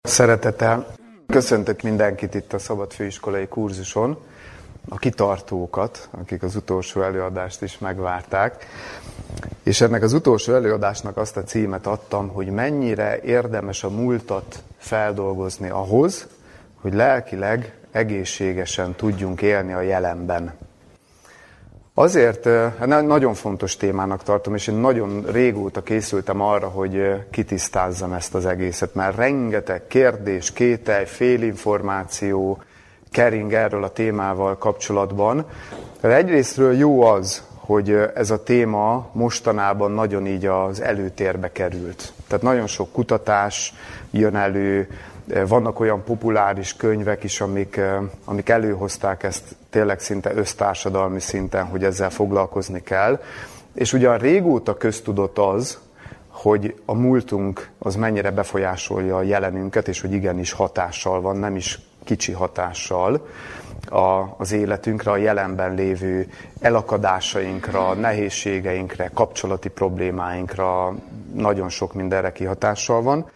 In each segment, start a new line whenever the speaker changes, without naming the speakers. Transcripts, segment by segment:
Szeretettel köszöntök mindenkit itt a Szabad Főiskolai kurzuson, a kitartókat, akik az utolsó előadást is megvárták. És ennek az utolsó előadásnak azt a címet adtam, hogy mennyire érdemes a múltat feldolgozni ahhoz, hogy lelkileg egészségesen tudjunk élni a jelenben. Azért nagyon fontos témának tartom, és én nagyon régóta készültem arra, hogy kitisztázzam ezt az egészet, mert rengeteg kérdés, kételj, félinformáció kering erről a témával kapcsolatban. Egyrésztről jó az, hogy ez a téma mostanában nagyon így az előtérbe került. Tehát nagyon sok kutatás jön elő, vannak olyan populáris könyvek is, amik előhozták ezt tényleg szinte össztársadalmi szinten, hogy ezzel foglalkozni kell. És ugyan régóta köztudott az, hogy a múltunk az mennyire befolyásolja a jelenünket, és hogy igenis hatással van, nem is kicsi hatással az életünkre, a jelenben lévő elakadásainkra, nehézségeinkre, kapcsolati problémáinkra, nagyon sok mindenre kihatással van.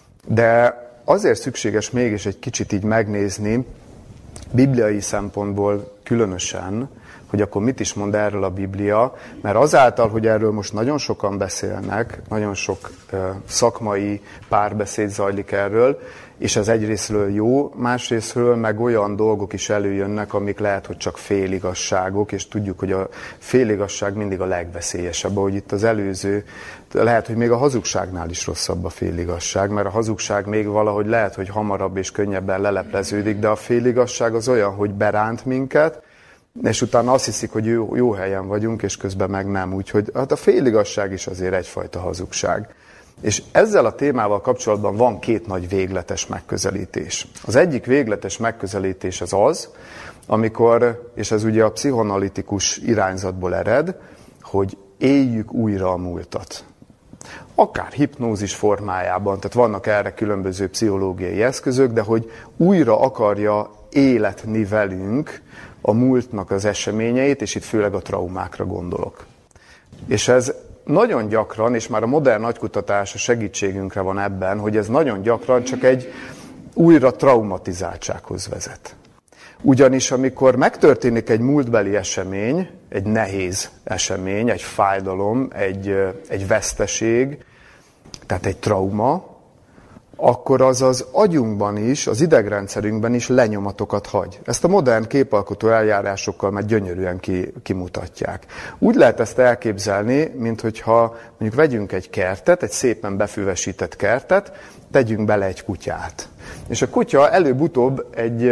De azért szükséges mégis egy kicsit így megnézni, bibliai szempontból különösen, hogy akkor mit is mond erről a Biblia, mert azáltal, hogy erről most nagyon sokan beszélnek, nagyon sok szakmai párbeszéd zajlik erről, és ez egyrésztről jó, másrésztről meg olyan dolgok is előjönnek, amik lehet, hogy csak féligasságok, és tudjuk, hogy a féligasság mindig a legveszélyesebb, ahogy itt az előző, lehet, hogy még a hazugságnál is rosszabb a féligasság, mert a hazugság még valahogy lehet, hogy hamarabb és könnyebben lelepleződik, de a féligasság az olyan, hogy beránt minket, és utána azt hiszik, hogy jó helyen vagyunk, és közben meg nem. Úgyhogy hát a féligasság is azért egyfajta hazugság. És ezzel a témával kapcsolatban van két nagy végletes megközelítés. Az egyik végletes megközelítés az, amikor, és ez ugye a pszichoanalitikus irányzatból ered, hogy éljük újra a múltat. Akár hipnózis formájában, tehát vannak erre különböző pszichológiai eszközök, de hogy újra akarja életni velünk a múltnak az eseményeit, és itt főleg a traumákra gondolok. És ez nagyon gyakran, és már a modern nagykutatás a segítségünkre van ebben, hogy ez nagyon gyakran csak egy újra traumatizáltsághoz vezet. Ugyanis amikor megtörténik egy múltbeli esemény, egy nehéz esemény, egy fájdalom, egy veszteség, tehát egy trauma, akkor az agyunkban is, az idegrendszerünkben is lenyomatokat hagy. Ezt a modern képalkotó eljárásokkal már gyönyörűen kimutatják. Úgy lehet ezt elképzelni, minthogyha mondjuk vegyünk egy kertet, egy szépen befüvesített kertet, tegyünk bele egy kutyát. És a kutya előbb-utóbb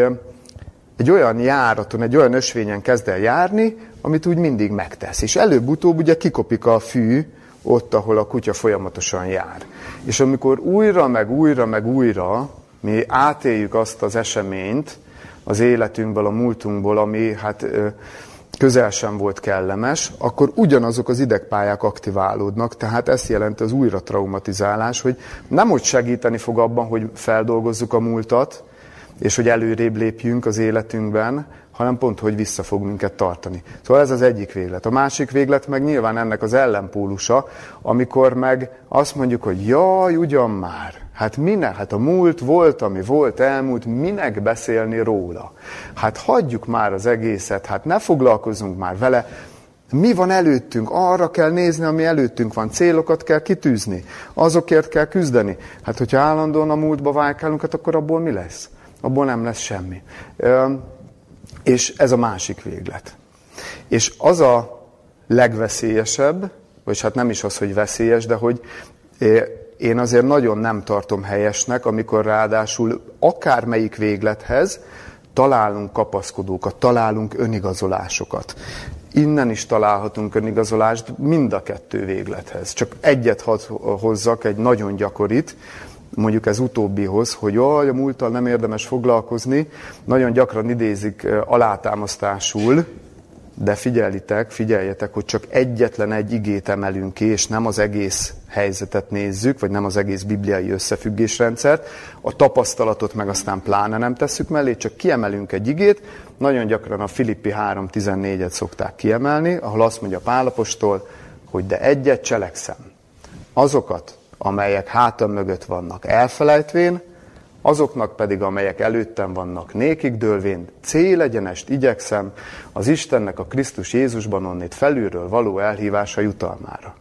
egy olyan járaton, egy olyan ösvényen kezd el járni, amit úgy mindig megtesz. És előbb-utóbb ugye kikopik a fű, ott, ahol a kutya folyamatosan jár. És amikor újra, meg újra mi átéljük azt az eseményt az életünkből, a múltunkból, ami hát közel sem volt kellemes, akkor ugyanazok az idegpályák aktiválódnak, tehát ezt jelenti az újra traumatizálás, hogy nem hogy segíteni fog abban, hogy feldolgozzuk a múltat, és hogy előrébb lépjünk az életünkben, hanem pont, hogy vissza fog minket tartani. Szóval ez az egyik véglet. A másik véglet meg nyilván ennek az ellenpólusa, amikor meg azt mondjuk, hogy jaj, ugyan már, hát minek? Hát a múlt volt, ami volt, elmúlt, minek beszélni róla? Hát hagyjuk már az egészet, hát ne foglalkozzunk már vele. Mi van előttünk? Arra kell nézni, ami előttünk van. Célokat kell kitűzni. Azokért kell küzdeni. Hát, hogyha állandóan a múltba vájkálunk, hát akkor abból mi lesz? Abból nem lesz semmi. És ez a másik véglet. És az a legveszélyesebb, vagy hát nem is az, hogy veszélyes, de hogy én azért nagyon nem tartom helyesnek, amikor ráadásul akármelyik véglethez találunk kapaszkodókat, találunk önigazolásokat. Innen is találhatunk önigazolást mind a kettő véglethez. Csak egyet hadd hozzak, egy nagyon gyakorit, mondjuk ez utóbbihoz, hogy jaj, a múlttal nem érdemes foglalkozni, nagyon gyakran idézik alátámasztásul, de figyeljetek, hogy csak egyetlen egy igét emelünk ki, és nem az egész helyzetet nézzük, vagy nem az egész bibliai összefüggésrendszert, a tapasztalatot meg aztán pláne nem tesszük mellé, csak kiemelünk egy igét, nagyon gyakran a Filippi 3:14-et szokták kiemelni, ahol azt mondja Pál apostol, hogy de egyet cselekszem. Azokat, amelyek hátam mögött vannak elfelejtvén, azoknak pedig, amelyek előttem vannak nékig dőlvén, célegyenest igyekszem az Istennek a Krisztus Jézusban onnét felülről való elhívása jutalmára.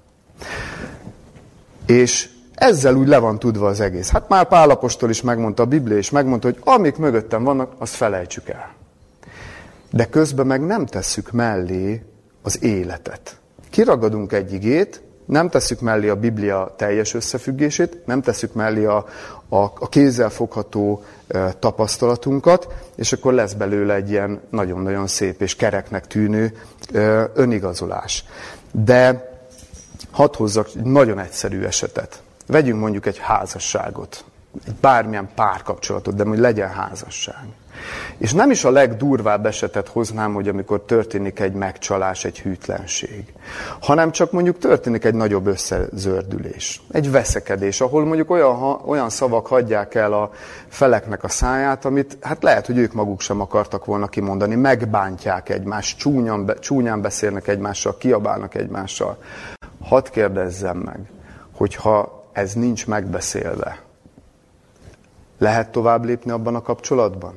És ezzel úgy le van tudva az egész. Hát már Pál apostol is megmondta, a Biblia is megmondta, hogy amik mögöttem vannak, azt felejtsük el. De közben meg nem tesszük mellé az életet. Kiragadunk egy igét, nem tesszük mellé a Biblia teljes összefüggését, nem tesszük mellé a kézzel fogható tapasztalatunkat, és akkor lesz belőle egy ilyen nagyon-nagyon szép és kereknek tűnő önigazolás. De hadd hozzak egy nagyon egyszerű esetet. Vegyünk mondjuk egy házasságot, egy bármilyen párkapcsolatot, de mondjuk legyen házasság. És nem is a legdurvább esetet hoznám, hogy amikor történik egy megcsalás, egy hűtlenség, hanem csak mondjuk történik egy nagyobb összezördülés, egy veszekedés, ahol mondjuk olyan szavak hagyják el a feleknek a száját, amit hát lehet, hogy ők maguk sem akartak volna kimondani, megbántják egymást, csúnyán beszélnek egymással, kiabálnak egymással. Hadd kérdezzem meg, hogyha ez nincs megbeszélve, lehet tovább lépni abban a kapcsolatban?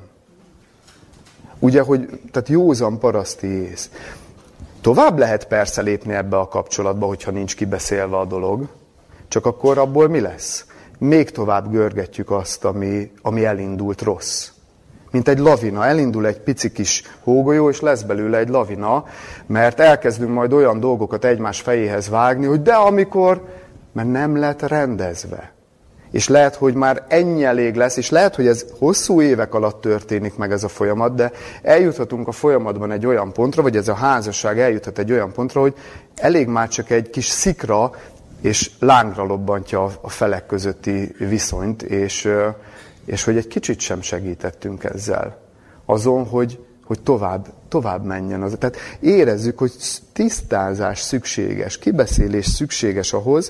Ugye, hogy tehát józan paraszti ész. Tovább lehet persze lépni ebbe a kapcsolatba, hogyha nincs kibeszélve a dolog, csak akkor abból mi lesz? Még tovább görgetjük azt, ami elindult rossz. Mint egy lavina, elindul egy pici kis hógolyó, és lesz belőle egy lavina, mert elkezdünk majd olyan dolgokat egymás fejéhez vágni, hogy de amikor, mert nem lett rendezve. És lehet, hogy már ennyi elég lesz, és lehet, hogy ez hosszú évek alatt történik meg ez a folyamat, de eljuthatunk a folyamatban egy olyan pontra, vagy ez a házasság eljuthat egy olyan pontra, hogy elég már csak egy kis szikra, és lángra lobbantja a felek közötti viszonyt, és hogy egy kicsit sem segítettünk ezzel. Azon, hogy tovább menjen. Tehát érezzük, hogy tisztázás szükséges, kibeszélés szükséges ahhoz,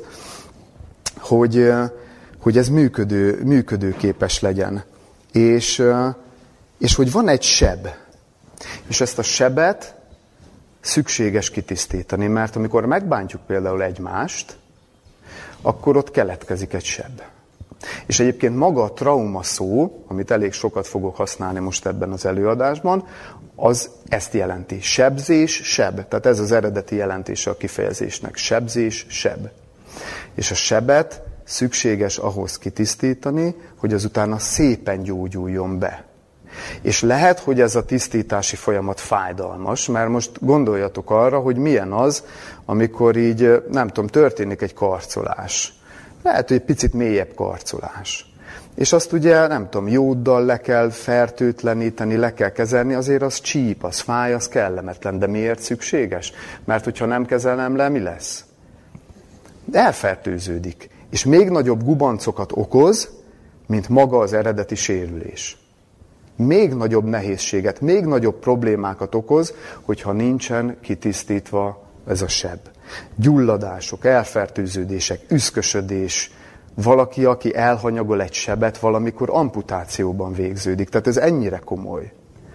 hogy ez működőképes legyen. És hogy van egy seb. És ezt a sebet szükséges kitisztítani, mert amikor megbántjuk például egymást, akkor ott keletkezik egy seb. És egyébként maga a trauma szó, amit elég sokat fogok használni most ebben az előadásban, az ezt jelenti. Sebzés, seb. Tehát ez az eredeti jelentése a kifejezésnek. Sebzés, seb. És a sebet szükséges ahhoz kitisztítani, hogy azután szépen gyógyuljon be. És lehet, hogy ez a tisztítási folyamat fájdalmas, mert most gondoljatok arra, hogy milyen az, amikor így, nem tudom, történik egy karcolás. Lehet, hogy egy picit mélyebb karcolás. És azt ugye, nem tudom, jóddal le kell fertőtleníteni, le kell kezelni, azért az csíp, az fáj, az kellemetlen. De miért szükséges? Mert hogyha nem kezelem le, mi lesz? Elfertőződik. És még nagyobb gubancokat okoz, mint maga az eredeti sérülés. Még nagyobb nehézséget, még nagyobb problémákat okoz, hogyha nincsen kitisztítva ez a seb. Gyulladások, elfertőződések, üszkösödés, valaki, aki elhanyagol egy sebet, valamikor amputációban végződik. Tehát ez ennyire komoly.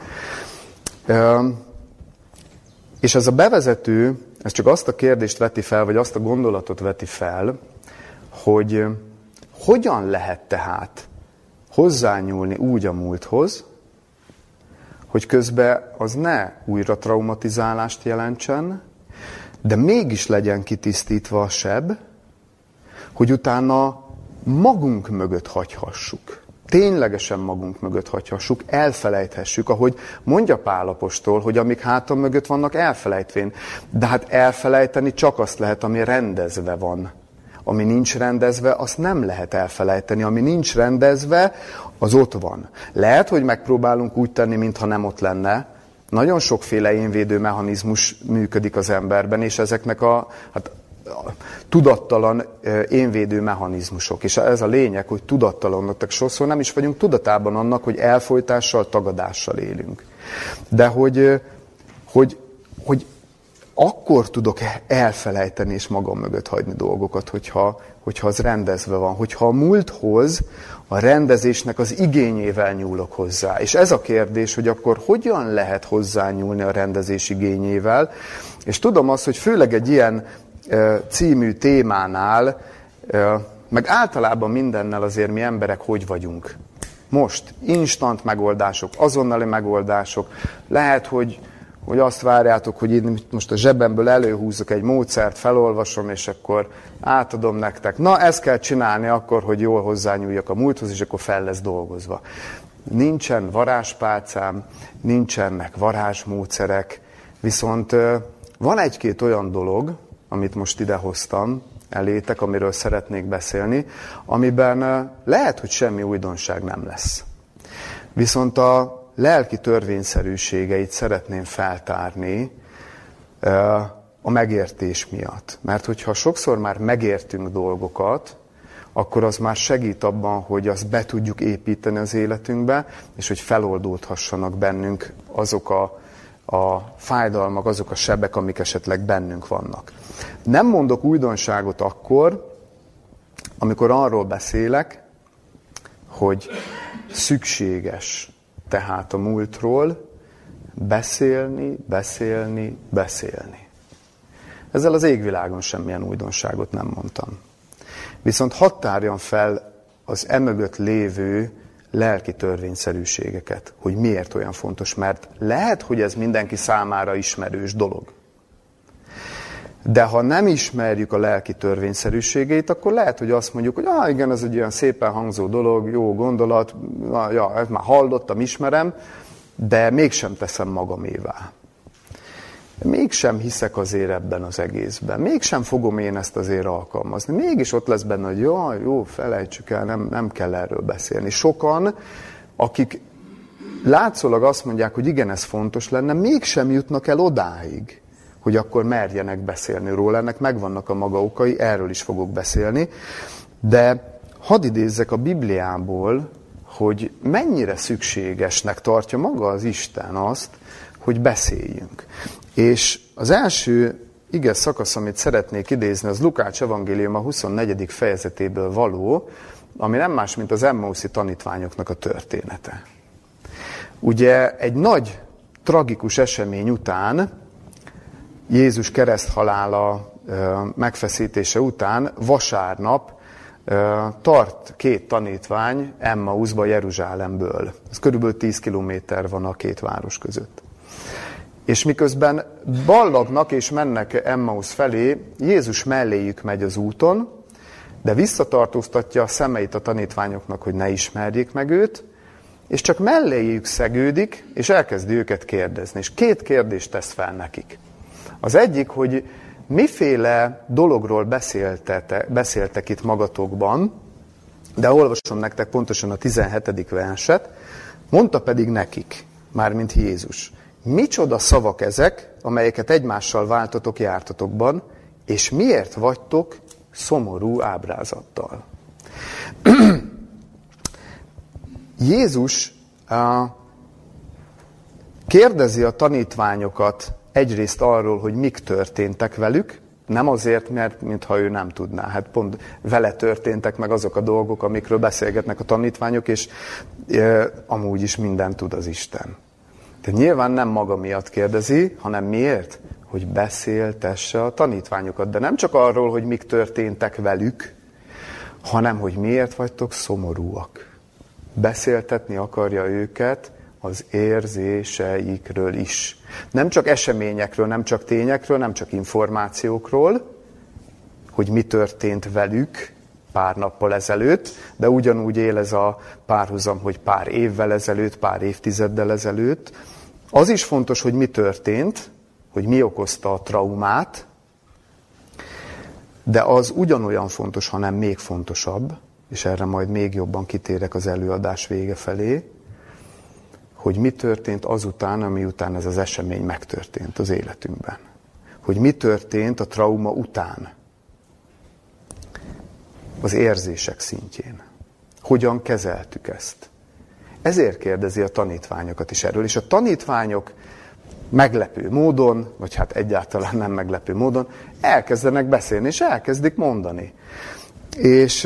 És ez a bevezető, ez csak azt a kérdést veti fel, vagy azt a gondolatot veti fel, hogy hogyan lehet tehát hozzányúlni úgy a múlthoz, hogy közben az ne újra traumatizálást jelentsen, de mégis legyen kitisztítva a seb, hogy utána magunk mögött hagyhassuk. Ténylegesen magunk mögött hagyhassuk, elfelejthessük, ahogy mondja Pál apostol, hogy amik hátam mögött vannak, elfelejtvén. De hát elfelejteni csak azt lehet, ami rendezve van. Ami nincs rendezve, azt nem lehet elfelejteni. Ami nincs rendezve, az ott van. Lehet, hogy megpróbálunk úgy tenni, mintha nem ott lenne. Nagyon sokféle énvédő mechanizmus működik az emberben, és ezeknek a tudattalan énvédő mechanizmusok. És ez a lényeg, hogy tudattalanok, sokszor nem is vagyunk tudatában annak, hogy elfojtással, tagadással élünk. De hogy akkor tudok elfelejteni és magam mögött hagyni dolgokat, hogyha az rendezve van. Hogyha a múlthoz, a rendezésnek az igényével nyúlok hozzá. És ez a kérdés, hogy akkor hogyan lehet hozzányúlni a rendezés igényével. És tudom azt, hogy főleg egy ilyen című témánál, meg általában mindennel azért mi emberek hogy vagyunk. Most instant megoldások, azonnali megoldások. Lehet, hogy azt várjátok, hogy én most a zsebemből előhúzok egy módszert, felolvasom, és akkor átadom nektek. Na, ezt kell csinálni akkor, hogy jól hozzányúljak a múlthoz, és akkor fel lesz dolgozva. Nincsen varázspálcám, nincsenek varázsmódszerek, viszont van egy-két olyan dolog, amit most idehoztam elétek, amiről szeretnék beszélni, amiben lehet, hogy semmi újdonság nem lesz. Viszont a lelki törvényszerűségeit szeretném feltárni a megértés miatt. Mert hogyha sokszor már megértünk dolgokat, akkor az már segít abban, hogy azt be tudjuk építeni az életünkbe, és hogy feloldódhassanak bennünk azok a fájdalmak, azok a sebek, amik esetleg bennünk vannak. Nem mondok újdonságot akkor, amikor arról beszélek, hogy szükséges tehát a múltról beszélni. Ezzel az égvilágon semmilyen újdonságot nem mondtam. Viszont hadd tárjam fel az emögött lévő lelki törvényszerűségeket, hogy miért olyan fontos, mert lehet, hogy ez mindenki számára ismerős dolog. De ha nem ismerjük a lelki törvényszerűségeit, akkor lehet, hogy azt mondjuk, hogy igen, ez egy olyan szépen hangzó dolog, jó gondolat, ezt már hallottam, ismerem, de mégsem teszem magamévá. Mégsem hiszek azért ebben az egészben, mégsem fogom én ezt azért alkalmazni. Mégis ott lesz benne, hogy jó, felejtsük el, nem kell erről beszélni. Sokan, akik látszólag azt mondják, hogy igen, ez fontos lenne, mégsem jutnak el odáig, hogy akkor merjenek beszélni róla. Ennek megvannak a maga okai, erről is fogok beszélni. De hadd idézzek a Bibliából, hogy mennyire szükségesnek tartja maga az Isten azt, hogy beszéljünk. És az első ige szakasz, amit szeretnék idézni, az Lukács evangélium a 24. fejezetéből való, ami nem más, mint az Emmauszi tanítványoknak a története. Ugye egy nagy, tragikus esemény után, Jézus kereszthalála megfeszítése után vasárnap tart két tanítvány Emmauszba Jeruzsálemből. Ez körülbelül 10 kilométer van a két város között. És miközben ballagnak és mennek Emmausz felé, Jézus melléjük megy az úton, de visszatartóztatja a szemeit a tanítványoknak, hogy ne ismerjék meg őt, és csak melléjük szegődik, és elkezdi őket kérdezni. És két kérdést tesz fel nekik. Az egyik, hogy miféle dologról beszéltek itt magatokban, de olvasom nektek pontosan a 17. verset, mondta pedig nekik, mármint Jézus, micsoda szavak ezek, amelyeket egymással váltotok jártatokban, és miért vagytok szomorú ábrázattal? Jézus kérdezi a tanítványokat egyrészt arról, hogy mik történtek velük, nem azért, mert mintha ő nem tudná. Hát pont vele történtek meg azok a dolgok, amikről beszélgetnek a tanítványok, és amúgy is mindent tud az Isten. De nyilván nem maga miatt kérdezi, hanem miért? Hogy beszéltesse a tanítványokat. De nem csak arról, hogy mik történtek velük, hanem hogy miért vagytok szomorúak. Beszéltetni akarja őket az érzéseikről is. Nem csak eseményekről, nem csak tényekről, nem csak információkról, hogy mi történt velük pár nappal ezelőtt, de ugyanúgy él ez a párhuzam, hogy pár évvel ezelőtt, pár évtizeddel ezelőtt. Az is fontos, hogy mi történt, hogy mi okozta a traumát, de az ugyanolyan fontos, hanem még fontosabb, és erre majd még jobban kitérek az előadás vége felé, hogy mi történt azután, ami után ez az esemény megtörtént az életünkben. Hogy mi történt a trauma után, az érzések szintjén. Hogyan kezeltük ezt. Ezért kérdezi a tanítványokat is erről, és a tanítványok meglepő módon, vagy hát egyáltalán nem meglepő módon, elkezdenek beszélni, és elkezdik mondani. És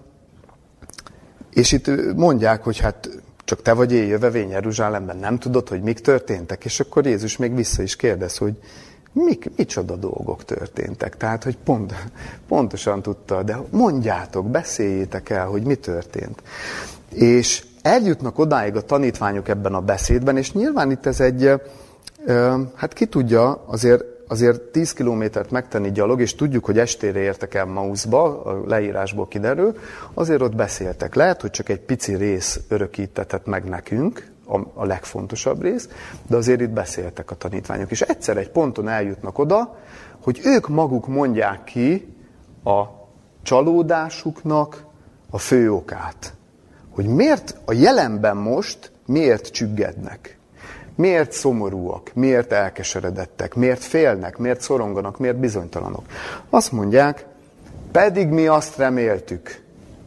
itt mondják, hogy hát csak te vagy éljövevény Jeruzsálemben, nem tudod, hogy mik történtek? És akkor Jézus még vissza is kérdez, hogy micsoda dolgok történtek. Tehát, hogy pontosan tudta, de mondjátok, beszéljétek el, hogy mi történt. És eljutnak odáig a tanítványok ebben a beszédben, és nyilván itt ez egy, hát ki tudja, azért 10 kilométert megtenni gyalog, és tudjuk, hogy estére értek el Mauszba, a leírásból kiderül, azért ott beszéltek. Lehet, hogy csak egy pici rész örökítetett meg nekünk, a legfontosabb rész, de azért itt beszéltek a tanítványok. És egyszer egy ponton eljutnak oda, hogy ők maguk mondják ki a csalódásuknak a fő okát. Hogy miért a jelenben most, miért csüggednek. Miért szomorúak, miért elkeseredettek, miért félnek, miért szoronganak, miért bizonytalanok. Azt mondják, pedig mi azt reméltük,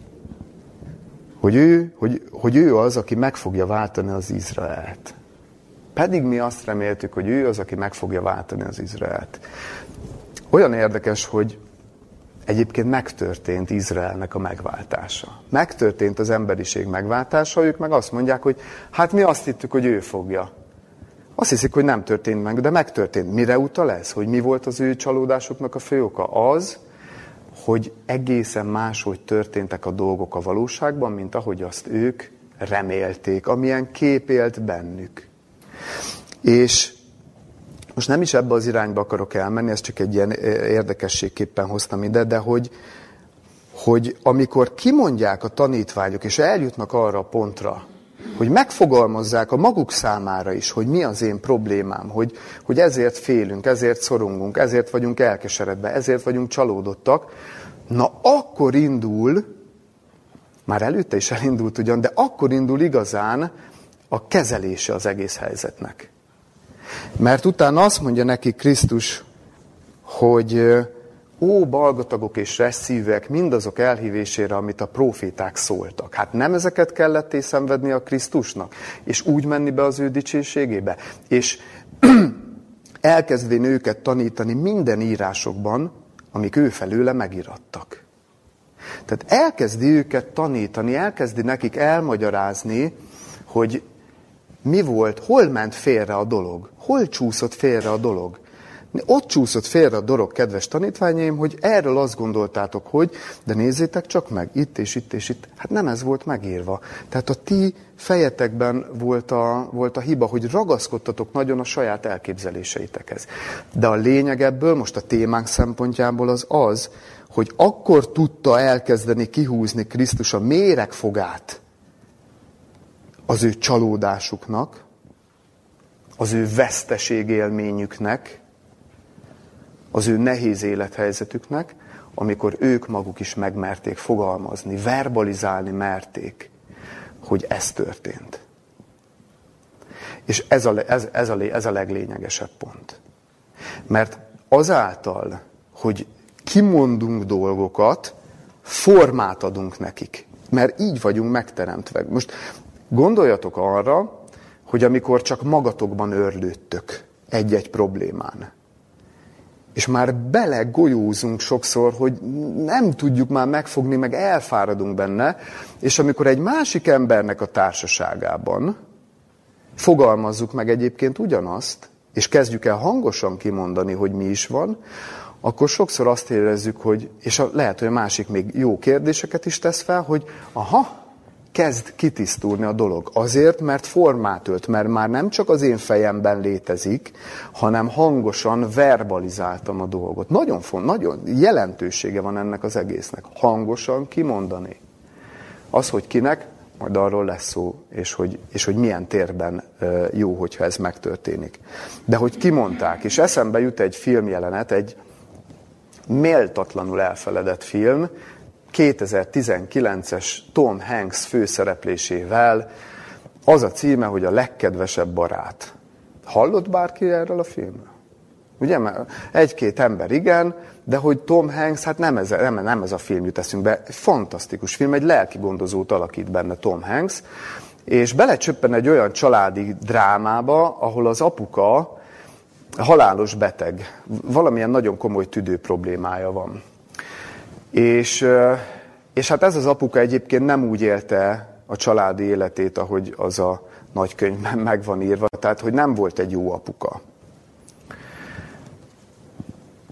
hogy ő az, aki meg fogja váltani az Izraelt. Pedig mi azt reméltük, hogy ő az, aki meg fogja váltani az Izraelt. Olyan érdekes, hogy egyébként megtörtént Izraelnek a megváltása. Megtörtént az emberiség megváltása, ők meg azt mondják, hogy hát mi azt hittük, hogy ő fogja. Azt hiszik, hogy nem történt meg, de megtörtént. Mire utal ez? Hogy mi volt az ő csalódásuknak a fő oka? Az, hogy egészen máshogy történtek a dolgok a valóságban, mint ahogy azt ők remélték, amilyen kép élt bennük. És most nem is ebbe az irányba akarok elmenni, ezt csak egy ilyen érdekességképpen hoztam ide, de hogy amikor kimondják a tanítványok, és eljutnak arra a pontra, hogy megfogalmazzák a maguk számára is, hogy mi az én problémám, hogy ezért félünk, ezért szorongunk, ezért vagyunk elkeseredve, ezért vagyunk csalódottak, na akkor indul, már előtte is elindult ugyan, de akkor indul igazán a kezelése az egész helyzetnek. Mert utána azt mondja neki Krisztus, hogy ó, balgatagok és resszívek, mindazok elhívésére, amit a próféták szóltak. Hát nem ezeket kellett szenvedni a Krisztusnak, és úgy menni be az ő dicsőségébe, és elkezdvén őket tanítani minden írásokban, amik ő felőle megirattak. Tehát elkezdi őket tanítani, elkezdi nekik elmagyarázni, hogy mi volt, hol ment félre a dolog, hol csúszott félre a dolog. Ott csúszott félre a dolog, kedves tanítványaim, hogy erről azt gondoltátok, hogy, de nézzétek csak meg, itt és itt és itt. Hát nem ez volt megírva. Tehát a ti fejetekben volt a hiba, hogy ragaszkodtatok nagyon a saját elképzeléseitekhez. De a lényeg ebből, most a témánk szempontjából az, hogy akkor tudta elkezdeni kihúzni Krisztus a méregfogát az ő csalódásuknak, az ő veszteségélményüknek, az ő nehéz élethelyzetüknek, amikor ők maguk is megmerték fogalmazni, verbalizálni merték, hogy ez történt. És ez a leglényegesebb pont. Mert azáltal, hogy kimondunk dolgokat, formát adunk nekik. Mert így vagyunk megteremtve. Most gondoljatok arra, hogy amikor csak magatokban őrlődtök egy-egy problémán, és már belegolyózunk sokszor, hogy nem tudjuk már megfogni, meg elfáradunk benne, és amikor egy másik embernek a társaságában fogalmazzuk meg egyébként ugyanazt, és kezdjük el hangosan kimondani, hogy mi is van, akkor sokszor azt érezzük, hogy, és lehet, hogy a másik még jó kérdéseket is tesz fel, hogy kezd kitisztulni a dolog. Azért, mert formát ölt, mert már nem csak az én fejemben létezik, hanem hangosan verbalizáltam a dolgot. Nagyon jelentősége van ennek az egésznek. Hangosan kimondani. Az, hogy kinek, majd arról lesz szó, és hogy milyen térben jó, hogyha ez megtörténik. De hogy kimondták, és eszembe jut egy filmjelenet, egy méltatlanul elfeledett film, 2019-es Tom Hanks főszereplésével, az a címe, hogy A legkedvesebb barát. Hallott bárki erről a filmről? Ugye, egy-két ember igen, de hogy Tom Hanks, hát nem ez a film jut eszünkbe. Fantasztikus film, egy lelkigondozót alakít benne Tom Hanks, és belecsöppen egy olyan családi drámába, ahol az apuka halálos beteg, valamilyen nagyon komoly tüdő problémája van. És hát ez az apuka egyébként nem úgy élte a családi életét, ahogy az a nagykönyvben meg van írva, tehát hogy nem volt egy jó apuka.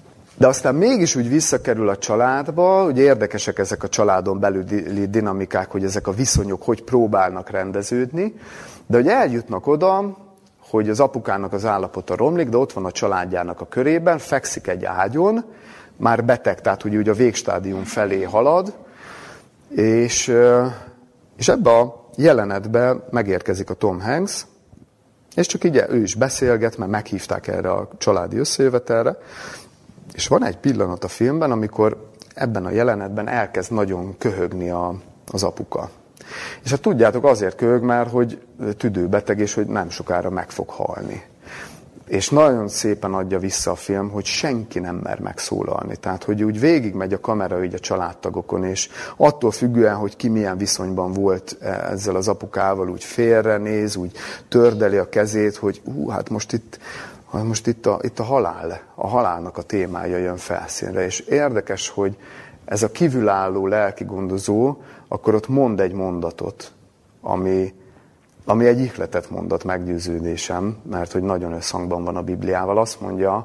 De aztán mégis úgy visszakerül a családba, ugye érdekesek ezek a családon belüli dinamikák, hogy ezek a viszonyok hogy próbálnak rendeződni, de hogy eljutnak oda, hogy az apukának az állapota romlik, de ott van a családjának a körében, fekszik egy ágyon, már beteg, tehát ugye a végstádium felé halad, és ebbe a jelenetbe megérkezik a Tom Hanks, és csak így ő is beszélget, mert meghívták erre a családi összejövetelre, és van egy pillanat a filmben, amikor ebben a jelenetben elkezd nagyon köhögni az apuka. És hát tudjátok, azért köhög már, hogy tüdőbeteg, és hogy nem sokára meg fog halni. És nagyon szépen adja vissza a film, hogy senki nem mer megszólalni. Tehát, hogy úgy végigmegy a kamera így a családtagokon, és attól függően, hogy ki milyen viszonyban volt ezzel az apukával, úgy félrenéz, úgy tördeli a kezét, hogy hát most itt a halál, a halálnak a témája jön felszínre. És érdekes, hogy ez a kívülálló lelkigondozó, akkor ott mond egy mondatot, ami egy ihletett mondat, meggyőződésem, mert hogy nagyon összhangban van a Bibliával. Azt mondja,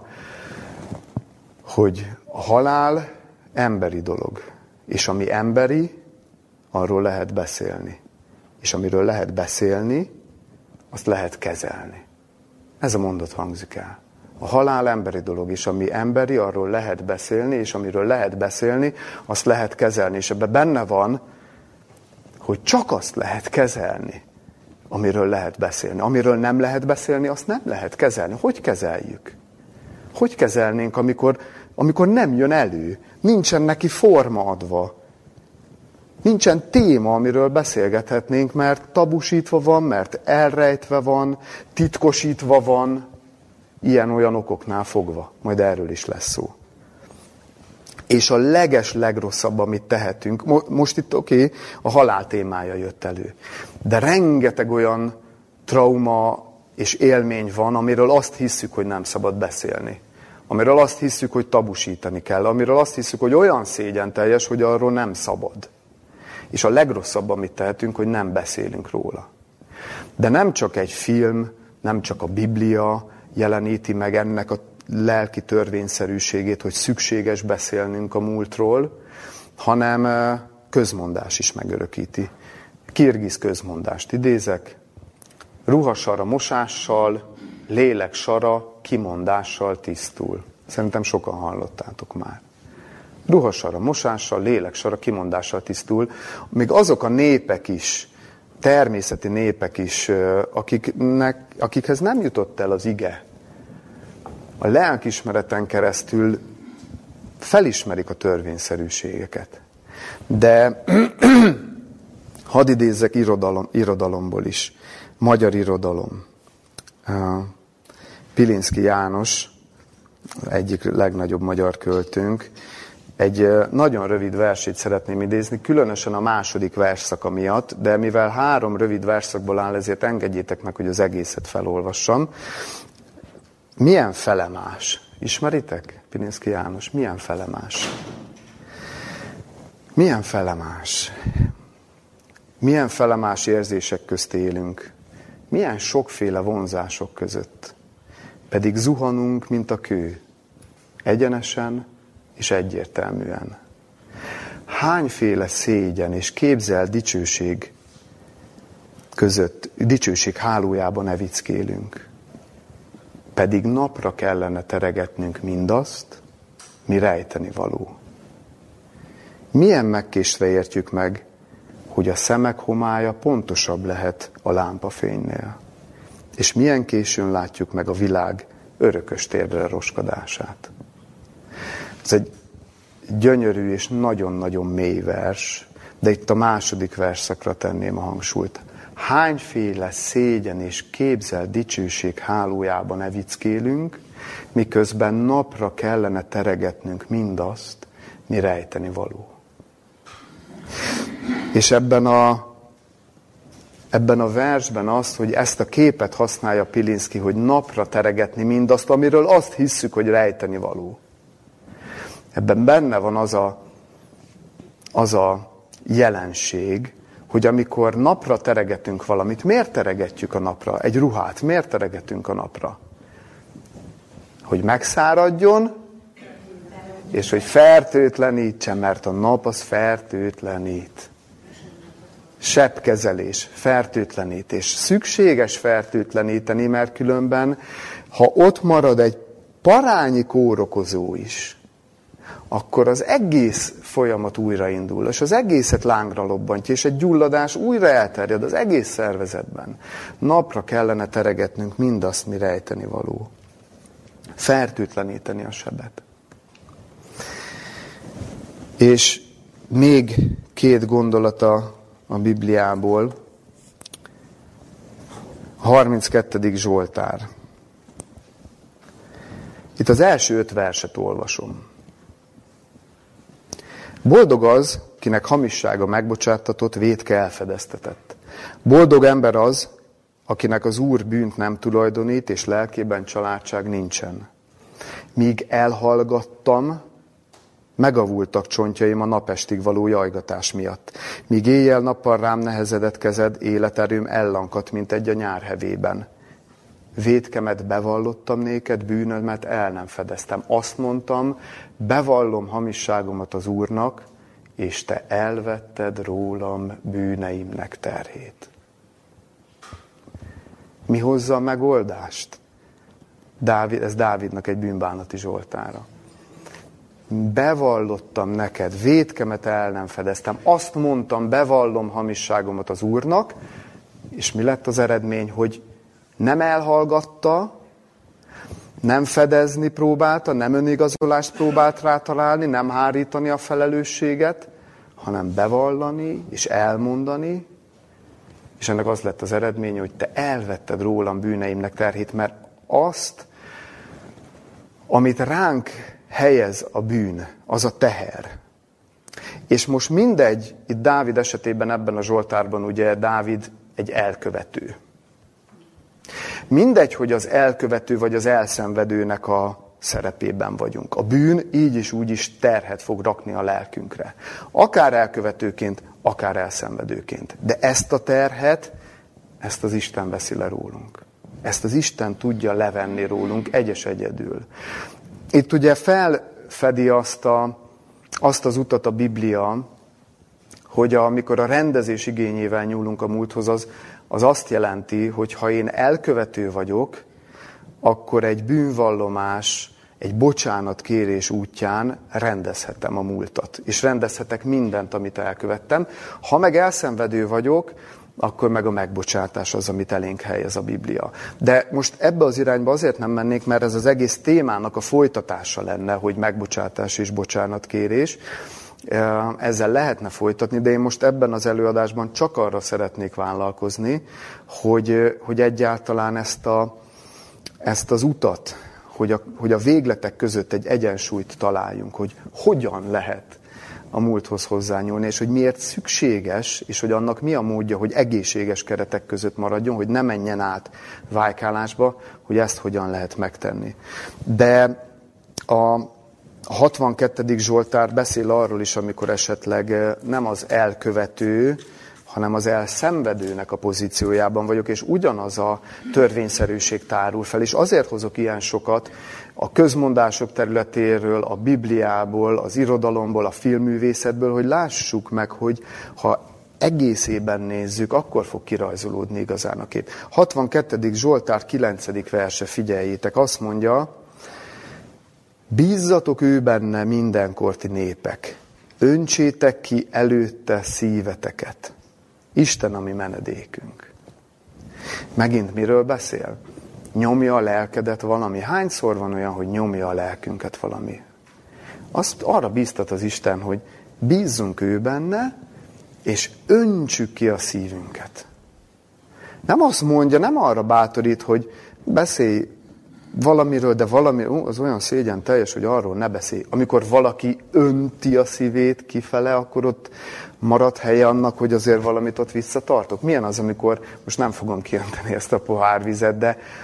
hogy a halál emberi dolog, és ami emberi, arról lehet beszélni. És amiről lehet beszélni, azt lehet kezelni. Ez a mondat hangzik el. A halál emberi dolog, és ami emberi, arról lehet beszélni, és amiről lehet beszélni, azt lehet kezelni. És ebben benne van, hogy csak azt lehet kezelni, amiről lehet beszélni. Amiről nem lehet beszélni, azt nem lehet kezelni. Hogy kezeljük? Hogy kezelnénk, amikor nem jön elő? Nincsen neki forma adva. Nincsen téma, amiről beszélgethetnénk, mert tabusítva van, mert elrejtve van, titkosítva van, ilyen-olyan okoknál fogva. Majd erről is lesz szó. És a legrosszabb, amit tehetünk, most itt a halál témája jött elő. De rengeteg olyan trauma és élmény van, amiről azt hiszük, hogy nem szabad beszélni. Amiről azt hiszük, hogy tabusítani kell. Amiről azt hiszük, hogy olyan szégyenteljes, hogy arról nem szabad. És a legrosszabb, amit tehetünk, hogy nem beszélünk róla. De nem csak egy film, nem csak a Biblia jeleníti meg ennek a lelki törvényszerűségét, hogy szükséges beszélnünk a múltról, hanem közmondás is megörökíti. Kirgiz közmondást idézek: ruhasara mosással, lélek sara kimondással tisztul. Szerintem sokan hallottátok már. Ruhasara mosással, lélek sara kimondással tisztul. Még azok a népek is, természeti népek is, akikhez nem jutott el az ige, a lelkismereten keresztül felismerik a törvényszerűségeket. De hadd idézzek irodalomból is. Magyar irodalom. Pilinszky János, egyik legnagyobb magyar költőnk, egy nagyon rövid versét szeretném idézni, különösen a második versszaka miatt, de mivel 3 rövid versszakból áll, ezért engedjétek meg, hogy az egészet felolvassam. Milyen felemás? Ismeritek? Pilinszky János, milyen felemás? Milyen felemás? Milyen felemás érzések közt élünk? Milyen sokféle vonzások között? Pedig zuhanunk, mint a kő. Egyenesen és egyértelműen. Hányféle szégyen és képzelt dicsőség között, dicsőség hálójában evickélünk. Pedig napra kellene teregetnünk mindazt, mi rejteni való. Milyen megkésve értjük meg, hogy a szemek homály pontosabb lehet a lámpafénynél, és milyen későn látjuk meg a világ örökös térdre roskadását. Ez egy gyönyörű és nagyon-nagyon mély vers, de itt a második versszakra tenném a hangsúlyt. Hányféle szégyen és képzelt dicsőség hálójában evickélünk, miközben napra kellene teregetnünk mindazt, mi rejteni való. És ebben a versben az, hogy ezt a képet használja Pilinszky, hogy napra teregetni mindazt, amiről azt hisszük, hogy rejteni való. Ebben benne van az a jelenség, hogy amikor napra teregetünk valamit, miért teregetjük a napra? Egy ruhát miért teregetünk a napra? Hogy megszáradjon, És hogy fertőtlenítsen, mert a nap az fertőtlenít. Sebkezelés, fertőtlenítés. Szükséges fertőtleníteni, mert különben, ha ott marad egy parányi kórokozó is, akkor az egész folyamat újraindul, és az egészet lángra lobbantja, és egy gyulladás újra elterjed az egész szervezetben. Napra kellene teregetnünk mindazt, mi rejteni való. Fertőtleníteni a sebet. És még 2 gondolata a Bibliából. 32. Zsoltár. Itt az első 5 verset olvasom. Boldog az, kinek hamissága megbocsáttatott, vétke elfedeztetett. Boldog ember az, akinek az Úr bűnt nem tulajdonít, és lelkében családság nincsen. Míg elhallgattam, megavultak csontjaim a napestig való jajgatás miatt. Míg éjjel-nappal rám nehezedett kezed, életerőm ellankadt, mint egy a nyár hevében. Vétkemet bevallottam néked, bűnömet el nem fedeztem. Azt mondtam, bevallom hamisságomat az Úrnak, és te elvetted rólam bűneimnek terhét. Mi hozza a megoldást? Ez Dávidnak egy bűnbánati zsoltára. Bevallottam neked, vétkemet el nem fedeztem. Azt mondtam, bevallom hamisságomat az Úrnak, és mi lett az eredmény, hogy nem elhallgatta, nem fedezni próbálta, nem önigazolást próbált rátalálni, nem hárítani a felelősséget, hanem bevallani és elmondani, és ennek az lett az eredménye, hogy te elvetted rólam bűneimnek terhét, mert azt, amit ránk helyez a bűn, az a teher. És most mindegy, itt Dávid esetében ebben a zsoltárban ugye Dávid egy elkövető. Mindegy, hogy az elkövető vagy az elszenvedőnek a szerepében vagyunk. A bűn így is úgy is terhet fog rakni a lelkünkre. Akár elkövetőként, akár elszenvedőként. De ezt a terhet, ezt az Isten veszi le rólunk. Ezt az Isten tudja levenni rólunk egyedül. Itt ugye felfedi azt az utat a Biblia, hogy amikor a rendezés igényével nyúlunk a múlthoz, az azt jelenti, hogy ha én elkövető vagyok, akkor egy bűnvallomás, egy bocsánatkérés útján rendezhetem a múltat. És rendezhetek mindent, amit elkövettem. Ha meg elszenvedő vagyok, akkor meg a megbocsátás az, amit elénk helyez a Biblia. De most ebbe az irányba azért nem mennék, mert ez az egész témának a folytatása lenne, hogy megbocsátás és bocsánatkérés. Ezzel lehetne folytatni, de én most ebben az előadásban csak arra szeretnék vállalkozni, hogy egyáltalán ezt az utat, hogy a végletek között egy egyensúlyt találjunk, hogy hogyan lehet a múlthoz hozzányúlni, és hogy miért szükséges, és hogy annak mi a módja, hogy egészséges keretek között maradjon, hogy ne menjen át vájkálásba, hogy ezt hogyan lehet megtenni. De a 62. Zsoltár beszél arról is, amikor esetleg nem az elkövető, hanem az elszenvedőnek a pozíciójában vagyok, és ugyanaz a törvényszerűség tárul fel. És azért hozok ilyen sokat a közmondások területéről, a Bibliából, az irodalomból, a filmművészetből, hogy lássuk meg, hogy ha egészében nézzük, akkor fog kirajzolódni igazán a kép. 62. Zsoltár 9. verse, figyeljétek, azt mondja, bízzatok ő benne mindenkor ti népek, öntsétek ki előtte szíveteket. Isten a mi menedékünk. Megint miről beszél? Nyomja a lelkedet valami. Hányszor van olyan, hogy nyomja a lelkünket valami? Azt arra bíztat az Isten, hogy bízzunk ő benne, és öntsük ki a szívünket. Nem azt mondja, nem arra bátorít, hogy beszélj valamiről, de valami, az olyan szégyen teljes, hogy arról ne beszélj. Amikor valaki önti a szívét kifele, akkor ott marad helye annak, hogy azért valamit ott visszatartok. Milyen az, amikor, most nem fogom kiönteni ezt a pohárvizet,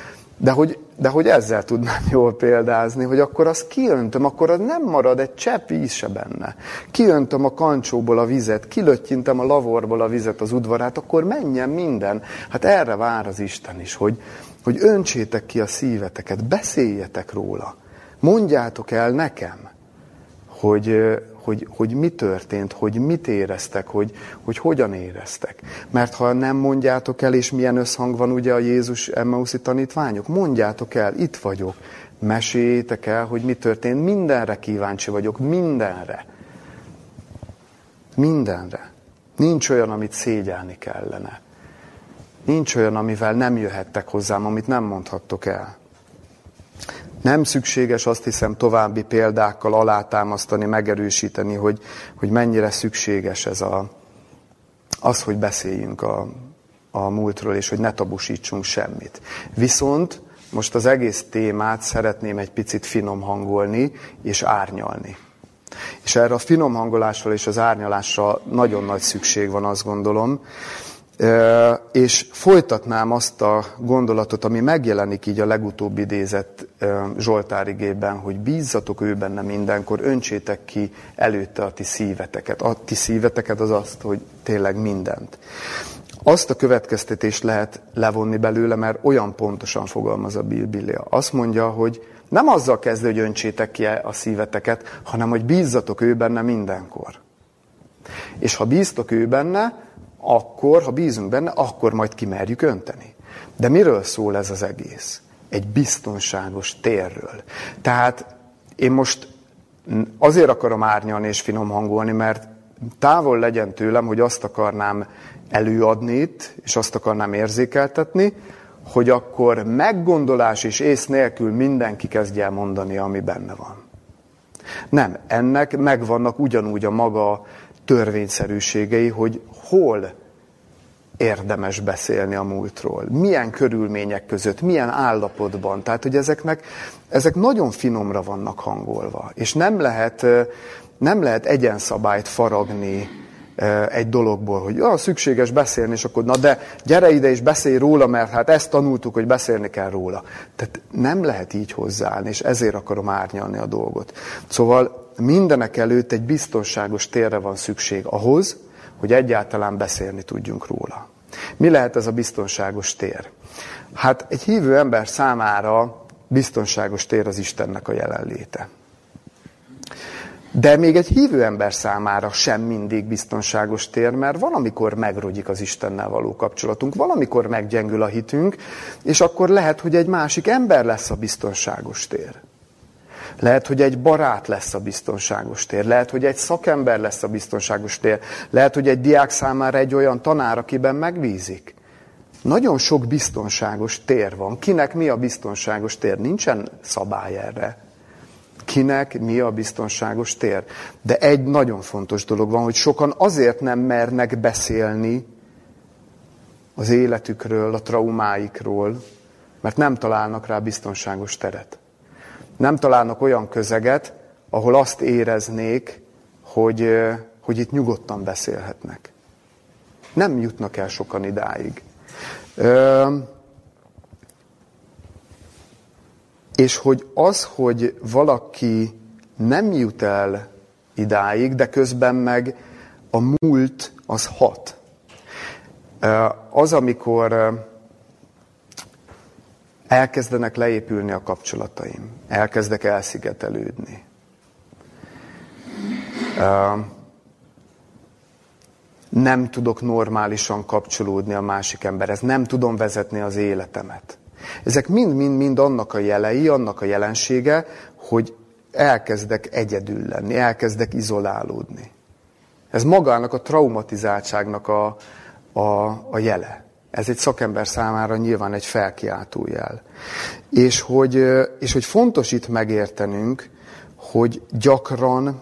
de hogy ezzel tudnám jól példázni, hogy akkor azt kiöntöm, akkor az nem marad egy csepp víz se benne. Kiöntöm a kancsóból a vizet, kilöttyintem a lavorból a vizet az udvarát, akkor menjen minden. Hát erre vár az Isten is, hogy öntsétek ki a szíveteket, beszéljetek róla, mondjátok el nekem, hogy mi történt, hogy mit éreztek, hogy hogyan éreztek. Mert ha nem mondjátok el, és milyen összhang van ugye a Jézus emmauszi tanítványok, mondjátok el, itt vagyok, meséljétek el, hogy mi történt, mindenre kíváncsi vagyok, mindenre. Mindenre. Nincs olyan, amit szégyelni kellene. Nincs olyan, amivel nem jöhettek hozzám, amit nem mondhattok el. Nem szükséges, azt hiszem, további példákkal alátámasztani, megerősíteni, hogy mennyire szükséges ez az, hogy beszéljünk a múltról, és hogy ne tabusítsunk semmit. Viszont most az egész témát szeretném egy picit finom hangolni és árnyalni. És erre a finom hangolásra és az árnyalásra nagyon nagy szükség van, azt gondolom. És folytatnám azt a gondolatot, ami megjelenik így a legutóbb idézett Zsoltárigében, hogy bízzatok ő benne mindenkor, öntsétek ki előtte a ti szíveteket. A ti szíveteket az azt, hogy tényleg mindent. Azt a következtetést lehet levonni belőle, mert olyan pontosan fogalmaz a Biblia. Azt mondja, hogy nem azzal kezdő, hogy öntsétek ki a szíveteket, hanem hogy bízzatok ő benne mindenkor. És ha bíztok ő benne, akkor, ha bízunk benne, akkor majd kimerjük önteni. De miről szól ez az egész? Egy biztonságos térről. Tehát én most azért akarom árnyalni és finom hangolni, mert távol legyen tőlem, hogy azt akarnám előadni itt, és azt akarnám érzékeltetni, hogy akkor meggondolás és ész nélkül mindenki kezdje el mondani, ami benne van. Nem, ennek megvannak ugyanúgy a maga törvényszerűségei, hogy hol érdemes beszélni a múltról, milyen körülmények között, milyen állapotban. Tehát, hogy ezek nagyon finomra vannak hangolva, és nem lehet egyenszabályt faragni egy dologból, hogy szükséges beszélni, és akkor na de gyere ide és beszélj róla, mert hát ezt tanultuk, hogy beszélni kell róla. Tehát nem lehet így hozzáállni, és ezért akarom árnyalni a dolgot. Szóval mindenek előtt egy biztonságos térre van szükség ahhoz, hogy egyáltalán beszélni tudjunk róla. Mi lehet ez a biztonságos tér? Hát egy hívő ember számára biztonságos tér az Istennek a jelenléte. De még egy hívő ember számára sem mindig biztonságos tér, mert valamikor megrogyik az Istennel való kapcsolatunk, valamikor meggyengül a hitünk, és akkor lehet, hogy egy másik ember lesz a biztonságos tér. Lehet, hogy egy barát lesz a biztonságos tér. Lehet, hogy egy szakember lesz a biztonságos tér. Lehet, hogy egy diák számára egy olyan tanár, akiben megbízik. Nagyon sok biztonságos tér van. Kinek mi a biztonságos tér? Nincsen szabály erre. Kinek mi a biztonságos tér? De egy nagyon fontos dolog van, hogy sokan azért nem mernek beszélni az életükről, a traumáikról, mert nem találnak rá biztonságos teret. Nem találnak olyan közeget, ahol azt éreznék, hogy itt nyugodtan beszélhetnek. Nem jutnak el sokan idáig. És hogy valaki nem jut el idáig, de közben meg a múlt az hat. Az, amikor elkezdenek leépülni a kapcsolataim, elkezdek elszigetelődni. Nem tudok normálisan kapcsolódni a másik emberhez, nem tudom vezetni az életemet. Ezek mind annak a jelei, annak a jelensége, hogy elkezdek egyedül lenni, elkezdek izolálódni. Ez magának a traumatizáltságnak a jele. Ez egy szakember számára nyilván egy felkiáltó jel. És hogy fontos itt megértenünk, hogy gyakran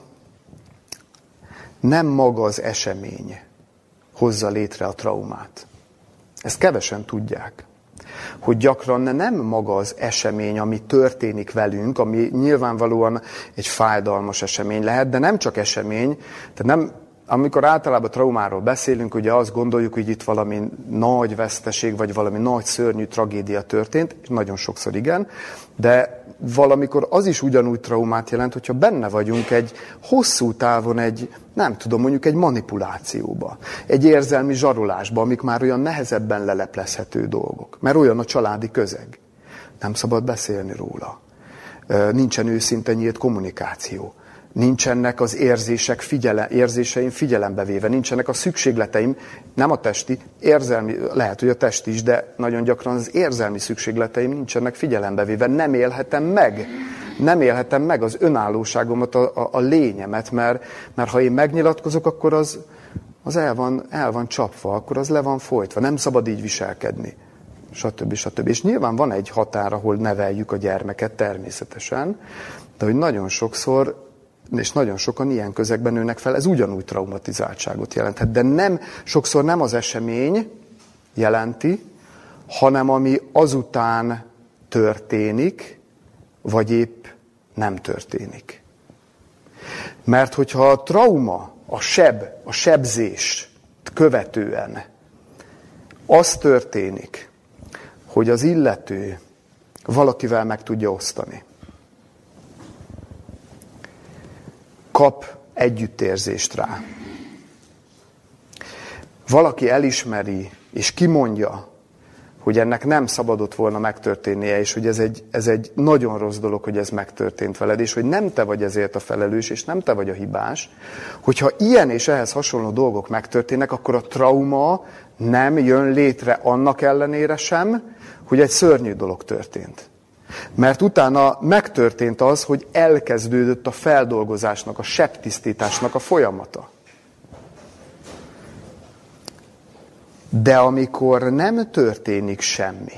nem maga az esemény hozza létre a traumát. Ezt kevesen tudják. Hogy gyakran nem maga az esemény, ami történik velünk, ami nyilvánvalóan egy fájdalmas esemény lehet, de nem csak esemény, tehát nem, amikor általában traumáról beszélünk, ugye azt gondoljuk, hogy itt valami nagy veszteség, vagy valami nagy szörnyű tragédia történt, és nagyon sokszor igen, de valamikor az is ugyanúgy traumát jelent, hogyha benne vagyunk egy hosszú távon mondjuk egy manipulációba, egy érzelmi zsarolásba, amik már olyan nehezebben leleplezhető dolgok, mert olyan a családi közeg. Nem szabad beszélni róla. Nincsen őszinte nyílt kommunikáció. Nincsenek az érzéseim figyelembe véve, nincsenek a szükségleteim, nem a testi, érzelmi, lehet, hogy a testi is, de nagyon gyakran az érzelmi szükségleteim nincsenek figyelembe véve. Nem élhetem meg az önállóságomat, a lényemet, mert ha én megnyilatkozok, akkor az el van csapva, akkor az le van folytva, nem szabad így viselkedni, stb. És nyilván van egy határ, ahol neveljük a gyermeket természetesen, de hogy nagyon sokszor, és nagyon sokan ilyen közegben nőnek fel, ez ugyanúgy traumatizáltságot jelenthet. De sokszor nem az esemény jelenti, hanem ami azután történik, vagy épp nem történik. Mert hogyha a trauma, a sebzés követően az történik, hogy az illető valakivel meg tudja osztani, kap együttérzést rá. Valaki elismeri és kimondja, hogy ennek nem szabadott volna megtörténnie, és hogy ez egy nagyon rossz dolog, hogy ez megtörtént veled, és hogy nem te vagy ezért a felelős, és nem te vagy a hibás. Hogyha ilyen és ehhez hasonló dolgok megtörténnek, akkor a trauma nem jön létre annak ellenére sem, hogy egy szörnyű dolog történt. Mert utána megtörtént az, hogy elkezdődött a feldolgozásnak, a sebtisztításnak a folyamata. De amikor nem történik semmi,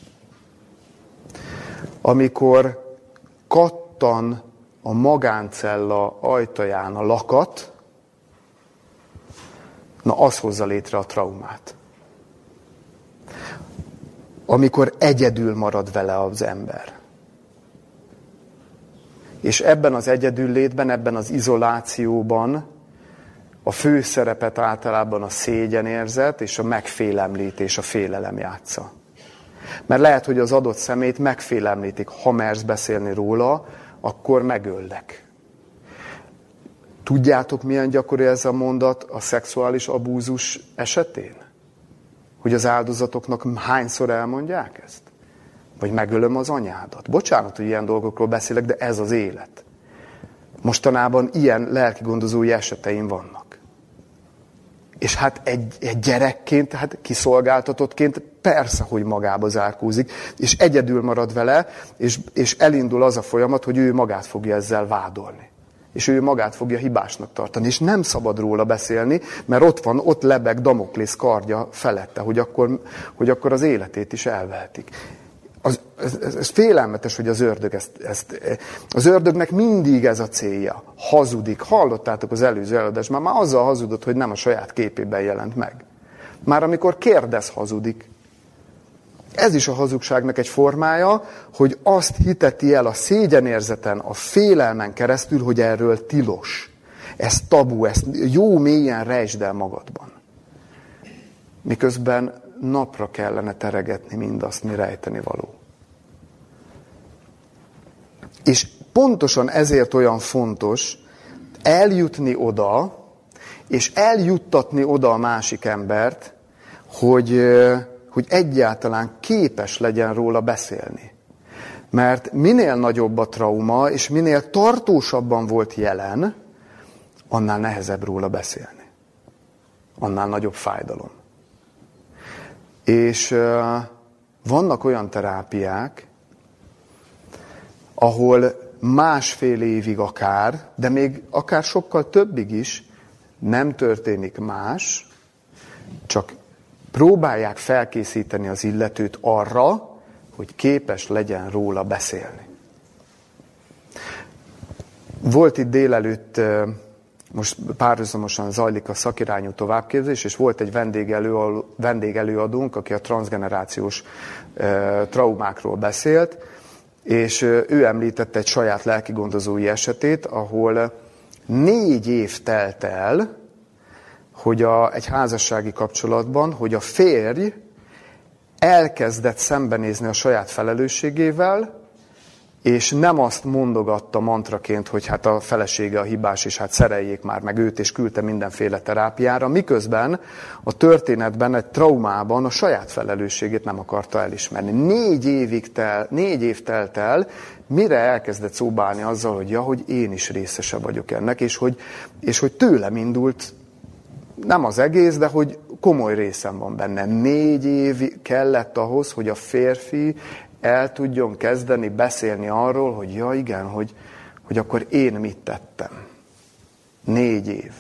amikor kattan a magáncella ajtaján a lakat, na az hozza létre a traumát. Amikor egyedül marad vele az ember. És ebben az egyedüllétben, ebben az izolációban a fő szerepet általában a szégyenérzet és a megfélemlítés, a félelem játsza. Mert lehet, hogy az adott személyt megfélemlítik. Ha mersz beszélni róla, akkor megöllek. Tudjátok, milyen gyakori ez a mondat a szexuális abúzus esetén? Hogy az áldozatoknak hányszor elmondják ezt? Vagy megölöm az anyádat. Bocsánat, hogy ilyen dolgokról beszélek, de ez az élet. Mostanában ilyen lelkigondozói eseteim vannak. És hát egy gyerekként, hát kiszolgáltatottként persze, hogy magába zárkózik, és egyedül marad vele, és elindul az a folyamat, hogy ő magát fogja ezzel vádolni. És ő magát fogja hibásnak tartani. És nem szabad róla beszélni, mert ott lebeg Damoklész kardja felette, hogy akkor az életét is elvehetik. Ez félelmetes, hogy az ördög az ördögnek mindig ez a célja. Hazudik. Hallottátok az előző előadásban, már azzal hazudott, hogy nem a saját képében jelent meg. Már amikor kérdez, hazudik. Ez is a hazugságnak egy formája, hogy azt hiteti el a szégyenérzeten, a félelmen keresztül, hogy erről tilos. Ez tabu, ezt jó mélyen rejtsd el magadban. Miközben napra kellene teregetni mindazt, mi rejteni való. És pontosan ezért olyan fontos eljutni oda, és eljuttatni oda a másik embert, hogy egyáltalán képes legyen róla beszélni. Mert minél nagyobb a trauma, és minél tartósabban volt jelen, annál nehezebb róla beszélni. Annál nagyobb fájdalom. És vannak olyan terápiák, ahol másfél évig akár, de még akár sokkal többig is nem történik más, csak próbálják felkészíteni az illetőt arra, hogy képes legyen róla beszélni. Volt itt délelőtt, most párhuzamosan zajlik a szakirányú továbbképzés, és volt egy vendégelőadónk, aki a transzgenerációs traumákról beszélt, és ő említette egy saját lelkigondozói esetét, ahol 4 év telt el, hogy egy házassági kapcsolatban, hogy a férj elkezdett szembenézni a saját felelősségével, és nem azt mondogatta mantraként, hogy hát a felesége a hibás, és hát szereljék már meg őt, és küldte mindenféle terápiára, miközben a történetben, egy traumában a saját felelősségét nem akarta elismerni. 4 év telt el, mire elkezdett szóbálni azzal, hogy hogy én is részese vagyok ennek, és hogy tőlem indult, nem az egész, de hogy komoly részem van benne. 4 év kellett ahhoz, hogy a férfi el tudjon kezdeni beszélni arról, hogy igen, hogy akkor én mit tettem. 4 év.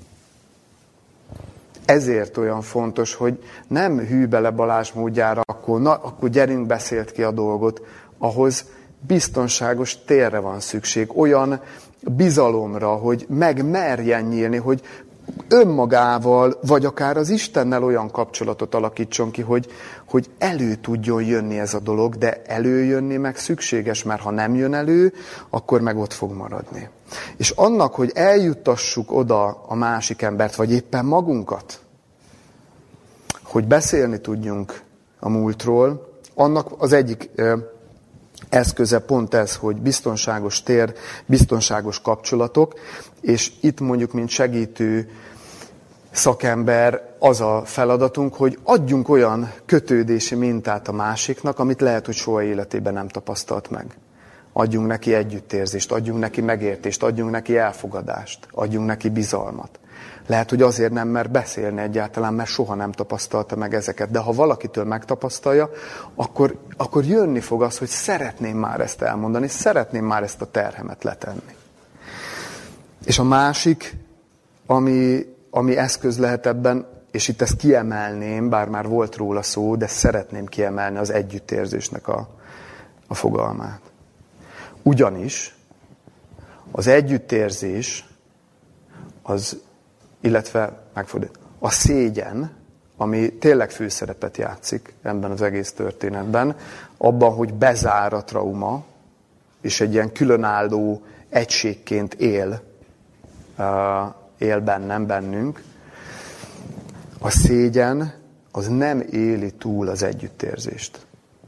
Ezért olyan fontos, hogy nem hű bele Balázs módjára, akkor gyerünk, beszélt ki a dolgot. Ahhoz biztonságos térre van szükség, olyan bizalomra, hogy merjen nyílni, hogy önmagával, vagy akár az Istennel olyan kapcsolatot alakítson ki, hogy elő tudjon jönni ez a dolog, de előjönni meg szükséges, mert ha nem jön elő, akkor meg ott fog maradni. És annak, hogy eljuttassuk oda a másik embert, vagy éppen magunkat, hogy beszélni tudjunk a múltról, annak az egyik eszköze pont ez, hogy biztonságos tér, biztonságos kapcsolatok, és itt mondjuk, mint segítő szakember, az a feladatunk, hogy adjunk olyan kötődési mintát a másiknak, amit lehet, hogy soha életében nem tapasztalt meg. Adjunk neki együttérzést, adjunk neki megértést, adjunk neki elfogadást, adjunk neki bizalmat. Lehet, hogy azért nem mer beszélni egyáltalán, mert soha nem tapasztalta meg ezeket. De ha valakitől megtapasztalja, akkor jönni fog az, hogy szeretném már ezt elmondani, szeretném már ezt a terhemet letenni. És a másik, ami eszköz lehet ebben, és itt ezt kiemelném, bár már volt róla szó, de szeretném kiemelni az együttérzésnek a fogalmát. Ugyanis az együttérzés, illetve a szégyen, ami tényleg főszerepet játszik ebben az egész történetben, abban, hogy bezár a trauma, és egy ilyen különálló egységként él bennünk. A szégyen az nem éli túl az együttérzést.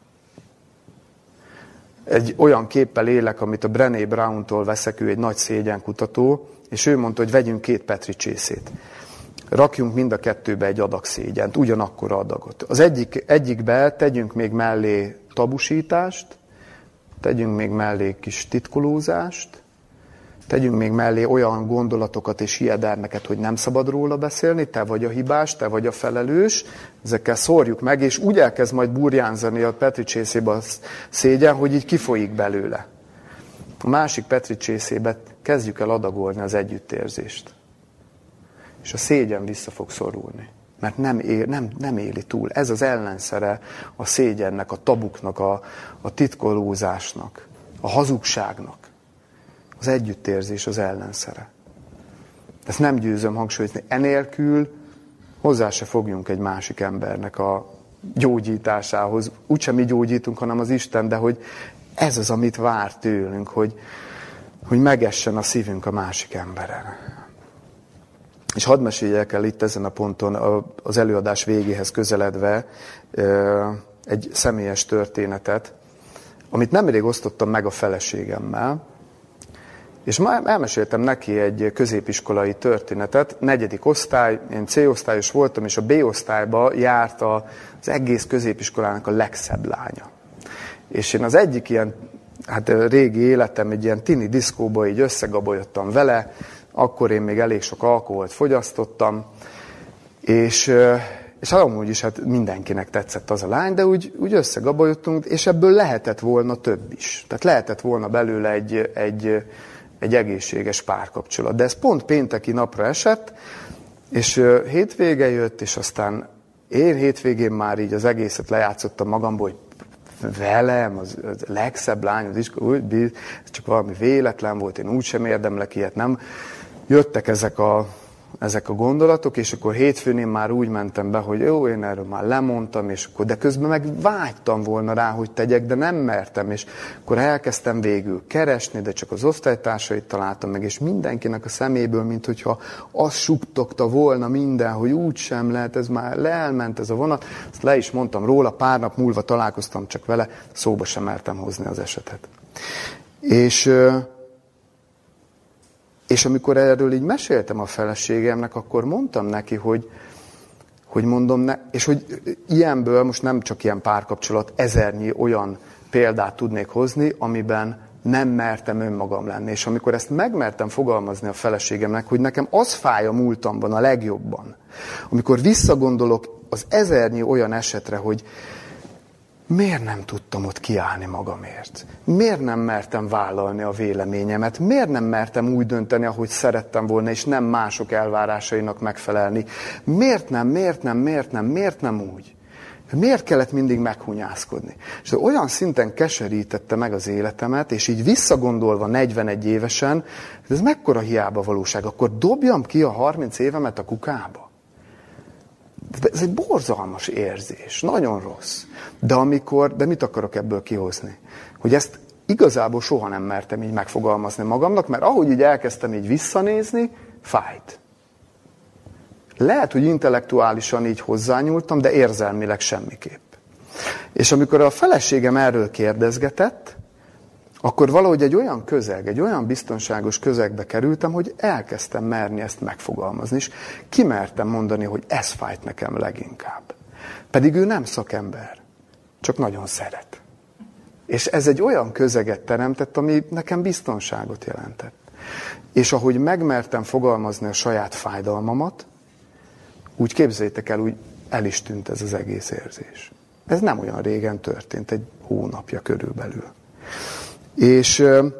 Egy olyan képpel élek, amit a Brené Browntól veszek, ő egy nagy szégyenkutató, és ő mondta, hogy vegyünk 2 Petri csészét. Rakjunk mind a 2-be egy adag szégyent, ugyanakkora adagot. Az egyikbe tegyünk még mellé tabusítást, tegyünk még mellé kis titkolózást, tegyünk még mellé olyan gondolatokat és hiedelmeket, hogy nem szabad róla beszélni, te vagy a hibás, te vagy a felelős, ezekkel szórjuk meg, és úgy elkezd majd burjánzani a Petri csészébe a szégyen, hogy így kifolyik belőle. A másik Petri csészébe kezdjük el adagolni az együttérzést. És a szégyen vissza fog szorulni. Mert nem éli túl. Ez az ellenszere a szégyennek, a tabuknak, a titkolózásnak, a hazugságnak. Az együttérzés az ellenszere. Ezt nem győzöm hangsúlyozni. Enélkül hozzá se fogjunk egy másik embernek a gyógyításához. Úgysem mi gyógyítunk, hanem az Isten, de hogy ez az, amit vár tőlünk, hogy megessen a szívünk a másik emberen. És hadd meséljek el itt ezen a ponton az előadás végéhez közeledve egy személyes történetet, amit nemrég osztottam meg a feleségemmel, és már elmeséltem neki egy középiskolai történetet, 4. osztály, én C-osztályos voltam, és a B-osztályba járt az egész középiskolának a legszebb lánya. És én az egyik ilyen, régi életem, egy ilyen tini diszkóba így összegabolyodtam vele, akkor én még elég sok alkoholt fogyasztottam, és amúgy is mindenkinek tetszett az a lány, de úgy összegabolyodtunk, és ebből lehetett volna több is. Tehát lehetett volna belőle egy egészséges párkapcsolat. De ez pont pénteki napra esett, és hétvége jött, és aztán én hétvégén már így az egészet lejátszottam magamból, hogy velem, az legszebb lány, az iskola, ez csak valami véletlen volt, én úgysem érdemlek ilyet, nem. Jöttek ezek a ezek a gondolatok, és akkor hétfőn én már úgy mentem be, hogy jó, én erről már lemondtam, és akkor, de közben meg vágytam volna rá, hogy tegyek, de nem mertem, és akkor elkezdtem végül keresni, de csak az osztálytársait találtam meg, és mindenkinek a szeméből, mint hogyha azt suttogta volna minden, hogy úgy sem lehet, ez már elment ez a vonat, ezt le is mondtam róla, pár nap múlva találkoztam csak vele, szóba sem mertem hozni az esetet. És amikor erről így meséltem a feleségemnek, akkor mondtam neki, hogy mondom, és hogy ilyenből most nem csak ilyen párkapcsolat, ezernyi olyan példát tudnék hozni, amiben nem mertem önmagam lenni. És amikor ezt megmertem fogalmazni a feleségemnek, hogy nekem az fáj a múltamban a legjobban, amikor visszagondolok az ezernyi olyan esetre, hogy miért nem tudtam ott kiállni magamért? Miért nem mertem vállalni a véleményemet? Miért nem mertem úgy dönteni, ahogy szerettem volna, és nem mások elvárásainak megfelelni? Miért nem úgy? Miért kellett mindig meghunyászkodni? És olyan szinten keserítette meg az életemet, és így visszagondolva 41 évesen, ez mekkora hiába valóság, akkor dobjam ki a 30 évemet a kukába? Ez egy borzalmas érzés, nagyon rossz. De mit akarok ebből kihozni? Hogy ezt igazából soha nem mertem így megfogalmazni magamnak, mert ahogy így elkezdtem így visszanézni, fájt. Lehet, hogy intellektuálisan így hozzányúltam, de érzelmileg semmiképp. És amikor a feleségem erről kérdezgetett, akkor valahogy egy olyan biztonságos közegbe kerültem, hogy elkezdtem merni ezt megfogalmazni, és kimertem mondani, hogy ez fájt nekem leginkább. Pedig ő nem szakember, csak nagyon szeret. És ez egy olyan közeget teremtett, ami nekem biztonságot jelentett. És ahogy megmertem fogalmazni a saját fájdalmamat, úgy képzeljétek el, úgy el is tűnt ez az egész érzés. Ez nem olyan régen történt, egy hónapja körülbelül. És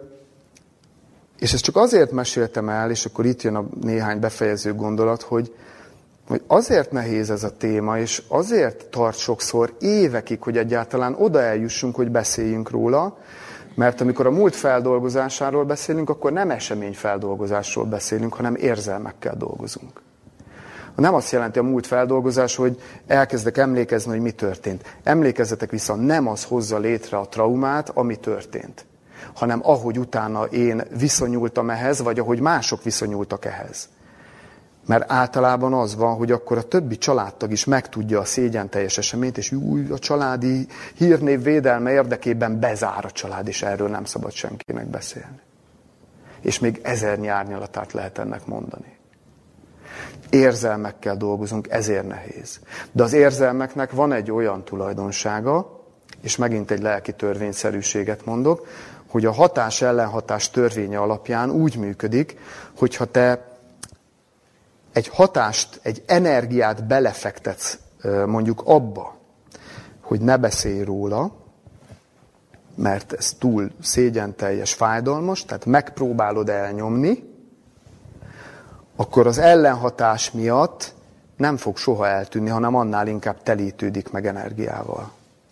ezt csak azért meséltem el, és akkor itt jön a néhány befejező gondolat, hogy azért nehéz ez a téma, és azért tart sokszor évekig, hogy egyáltalán oda eljussunk, hogy beszéljünk róla, mert amikor a múlt feldolgozásáról beszélünk, akkor nem eseményfeldolgozásról beszélünk, hanem érzelmekkel dolgozunk. Nem azt jelenti a múlt feldolgozás, hogy elkezdek emlékezni, hogy mi történt. Emlékezzetek vissza, nem az hozza létre a traumát, ami történt, hanem ahogy utána én viszonyultam ehhez, vagy ahogy mások viszonyultak ehhez. Mert általában az van, hogy akkor a többi családtag is megtudja a szégyenteljes eseményt, és a családi hírnév védelme érdekében bezár a család, és erről nem szabad senkinek beszélni. És még ezernyi árnyalatát lehet ennek mondani. Érzelmekkel dolgozunk, ezért nehéz. De az érzelmeknek van egy olyan tulajdonsága, és megint egy lelki törvényszerűséget mondok, hogy a hatás-ellenhatás törvénye alapján úgy működik, hogyha te egy hatást, egy energiát belefektetsz mondjuk abba, hogy ne beszélj róla, mert ez túl szégyenteljes, fájdalmas, tehát megpróbálod elnyomni, akkor az ellenhatás miatt nem fog soha eltűnni, hanem annál inkább telítődik meg energiával.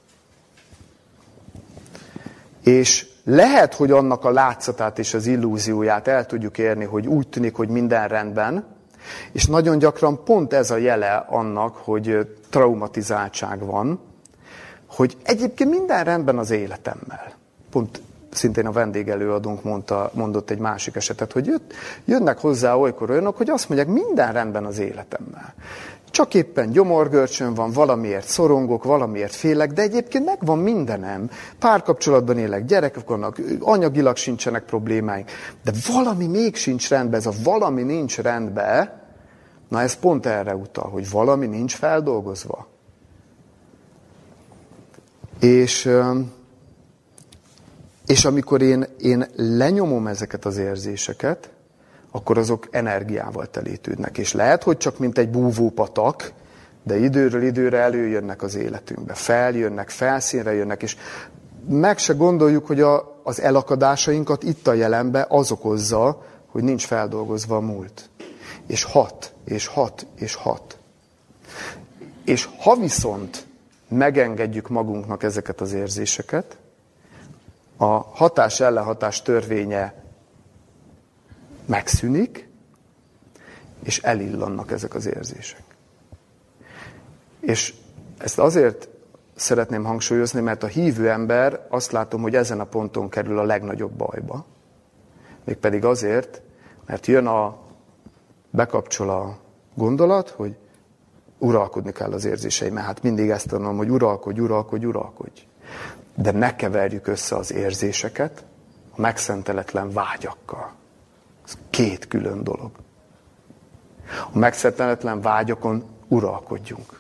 És lehet, hogy annak a látszatát és az illúzióját el tudjuk érni, hogy úgy tűnik, hogy minden rendben, és nagyon gyakran pont ez a jele annak, hogy traumatizáltság van, hogy egyébként minden rendben az életemmel. Pont szintén a vendégelőadónk mondott egy másik esetet, hogy jönnek hozzá olykor olyanok, hogy azt mondják, minden rendben az életemmel. Csak éppen gyomorgörcsön van, valamiért szorongok, valamiért félek, de egyébként megvan mindenem. Párkapcsolatban élek, gyerekek vannak, anyagilag sincsenek problémáink, de valami még sincs rendben, ez a valami nincs rendben, na ez pont erre utal, hogy valami nincs feldolgozva. És amikor én lenyomom ezeket az érzéseket, akkor azok energiával telítődnek. És lehet, hogy csak mint egy búvópatak, de időről időre előjönnek az életünkbe. Feljönnek, felszínre jönnek, és meg se gondoljuk, hogy az elakadásainkat itt a jelenbe az okozza, hogy nincs feldolgozva a múlt. És hat, és hat, és hat. És ha viszont megengedjük magunknak ezeket az érzéseket, a hatás-ellenhatás törvénye megszűnik, és elillannak ezek az érzések. És ezt azért szeretném hangsúlyozni, mert a hívő ember azt látom, hogy ezen a ponton kerül a legnagyobb bajba. Mégpedig azért, mert bekapcsol a gondolat, hogy uralkodni kell az érzéseimmel. Hát mindig ezt tanulom, hogy uralkodj. De ne keverjük össze az érzéseket a megszenteletlen vágyakkal. Ez két külön dolog. A megszenteletlen vágyakon uralkodjunk.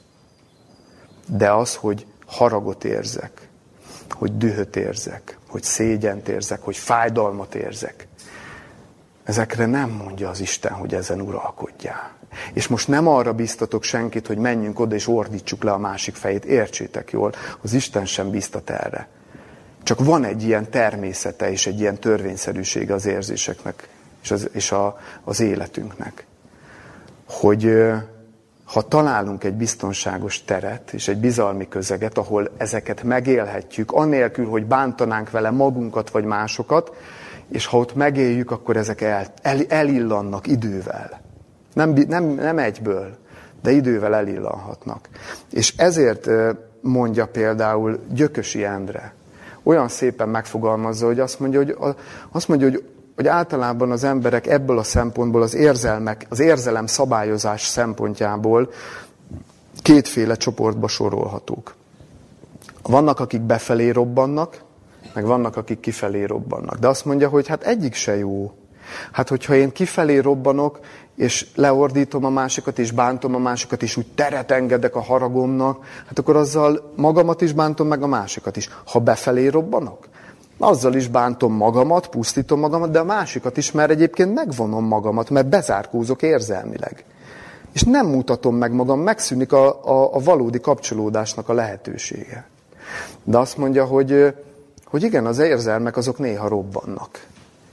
De az, hogy haragot érzek, hogy dühöt érzek, hogy szégyent érzek, hogy fájdalmat érzek, ezekre nem mondja az Isten, hogy ezen uralkodjál. És most nem arra biztatok senkit, hogy menjünk oda és ordítsuk le a másik fejét. Értsétek jól, az Isten sem biztat erre. Csak van egy ilyen természete és egy ilyen törvényszerűsége az érzéseknek és az életünknek. Hogy ha találunk egy biztonságos teret és egy bizalmi közeget, ahol ezeket megélhetjük, anélkül, hogy bántanánk vele magunkat vagy másokat, és ha ott megéljük, akkor ezek elillannak idővel. Nem egyből, de idővel elillanhatnak. És ezért mondja például Gyökösi Endre, olyan szépen megfogalmazza, hogy azt mondja, hogy általában az emberek ebből a szempontból, az érzelem szabályozás szempontjából kétféle csoportba sorolhatók. Vannak, akik befelé robbannak, meg vannak, akik kifelé robbannak. De azt mondja, hogy hát egyik se jó. Hát, hogyha én kifelé robbanok, és leordítom a másikat, és bántom a másikat, és úgy teret engedek a haragomnak, hát akkor azzal magamat is bántom, meg a másikat is. Ha befelé robbanok, azzal is bántom magamat, pusztítom magamat, de a másikat is, mert egyébként megvonom magamat, mert bezárkózok érzelmileg. És nem mutatom meg magam, megszűnik a valódi kapcsolódásnak a lehetősége. De azt mondja, hogy igen, az érzelmek azok néha robbannak.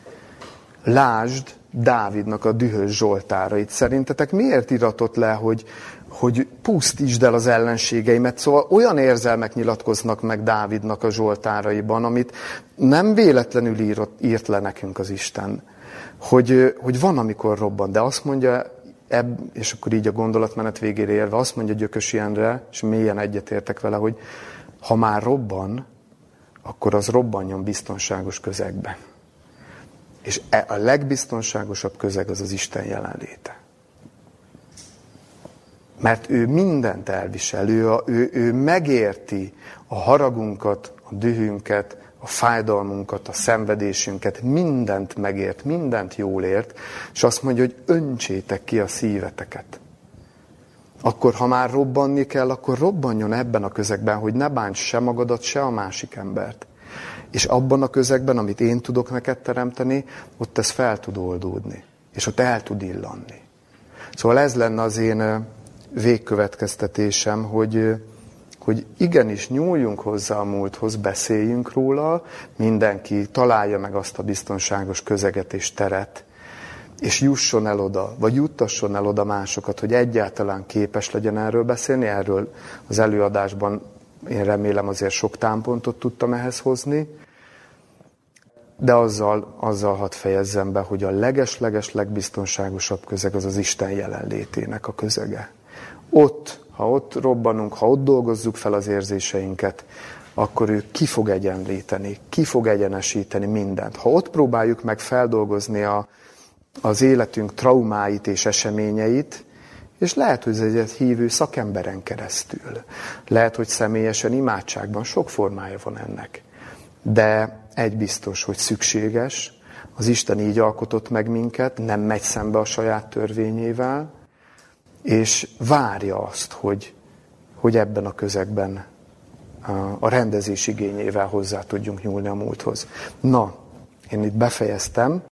Lásd Dávidnak a dühös zsoltárait. Szerintetek miért iratott le, hogy pusztítsd el az ellenségeimet? Szóval olyan érzelmek nyilatkoznak meg Dávidnak a zsoltáraiban, amit nem véletlenül írt le nekünk az Isten. Hogy van, amikor robban, de azt mondja, és akkor így a gondolatmenet végére érve, azt mondja Gyökösi Endre, és mélyen egyetértek vele, hogy ha már robban, akkor az robbanjon biztonságos közegbe. És a legbiztonságosabb közeg az az Isten jelenléte. Mert ő mindent elvisel, ő megérti a haragunkat, a dühünket, a fájdalmunkat, a szenvedésünket, mindent megért, mindent jól ért, és azt mondja, hogy öntsétek ki a szíveteket. Akkor, ha már robbanni kell, akkor robbanjon ebben a közegben, hogy ne bánts se magadat, se a másik embert. És abban a közegben, amit én tudok neked teremteni, ott ez fel tud oldódni. És ott el tud illanni. Szóval ez lenne az én végkövetkeztetésem, hogy igenis nyúljunk hozzá a múlthoz, beszéljünk róla, mindenki találja meg azt a biztonságos közeget és teret, és jusson el oda, vagy juttasson el oda másokat, hogy egyáltalán képes legyen erről beszélni. Erről az előadásban én remélem azért sok támpontot tudtam ehhez hozni, de azzal hadd fejezzem be, hogy a leges-leges legbiztonságosabb közeg az az Isten jelenlétének a közege. Ha ott robbanunk, ha ott dolgozzuk fel az érzéseinket, akkor ő ki fog egyenlíteni, ki fog egyenesíteni mindent. Ha ott próbáljuk meg feldolgozni az életünk traumáit és eseményeit, és lehet, hogy ez egy hívő szakemberen keresztül. Lehet, hogy személyesen imádságban sok formája van ennek. De egy biztos, hogy szükséges, az Isten így alkotott meg minket, nem megy szembe a saját törvényével, és várja azt, hogy ebben a közegben a rendezés igényével hozzá tudjunk nyúlni a múlthoz. Na, én itt befejeztem,